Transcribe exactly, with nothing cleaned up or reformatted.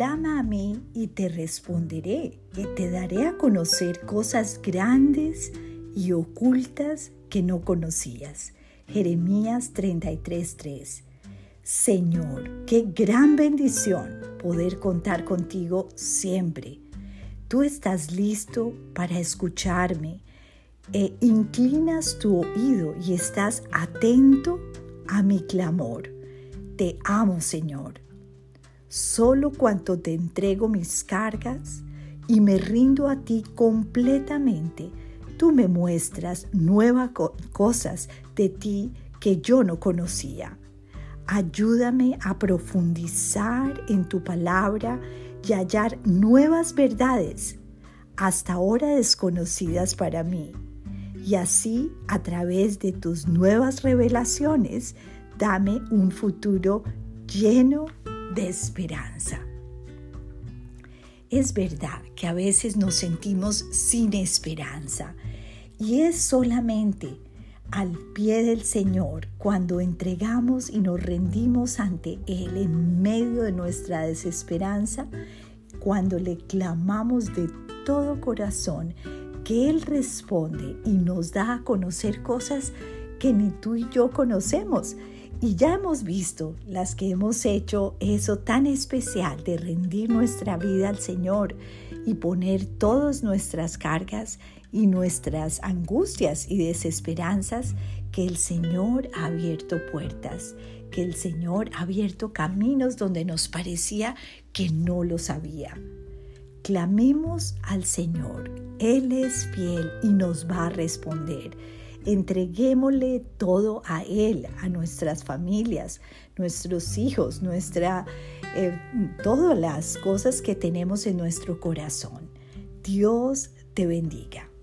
clama a mí y te responderé, y te daré a conocer cosas grandes y ocultas que no conocías. Jeremías treinta y tres, tres. Señor, qué gran bendición poder contar contigo siempre. Tú estás listo para escucharme e inclinas tu oído y estás atento a mi clamor. Te amo, Señor. Solo cuando te entrego mis cargas y me rindo a ti completamente, tú me muestras nuevas co- cosas de ti que yo no conocía. Ayúdame a profundizar en tu palabra y hallar nuevas verdades, hasta ahora desconocidas para mí. Y así, a través de tus nuevas revelaciones, dame un futuro lleno de esperanza. Es verdad que a veces nos sentimos sin esperanza, y es solamente al pie del Señor cuando entregamos y nos rendimos ante Él en medio de nuestra desesperanza, cuando le clamamos de todo corazón, que Él responde y nos da a conocer cosas que ni tú y yo conocemos. Y ya hemos visto las que hemos hecho eso tan especial de rendir nuestra vida al Señor y poner todas nuestras cargas y nuestras angustias y desesperanzas, que el Señor ha abierto puertas, que el Señor ha abierto caminos donde nos parecía que no los había. Clamemos al Señor, Él es fiel y nos va a responder. Entreguémosle todo a Él, a nuestras familias, nuestros hijos, nuestra, eh, todas las cosas que tenemos en nuestro corazón. Dios te bendiga.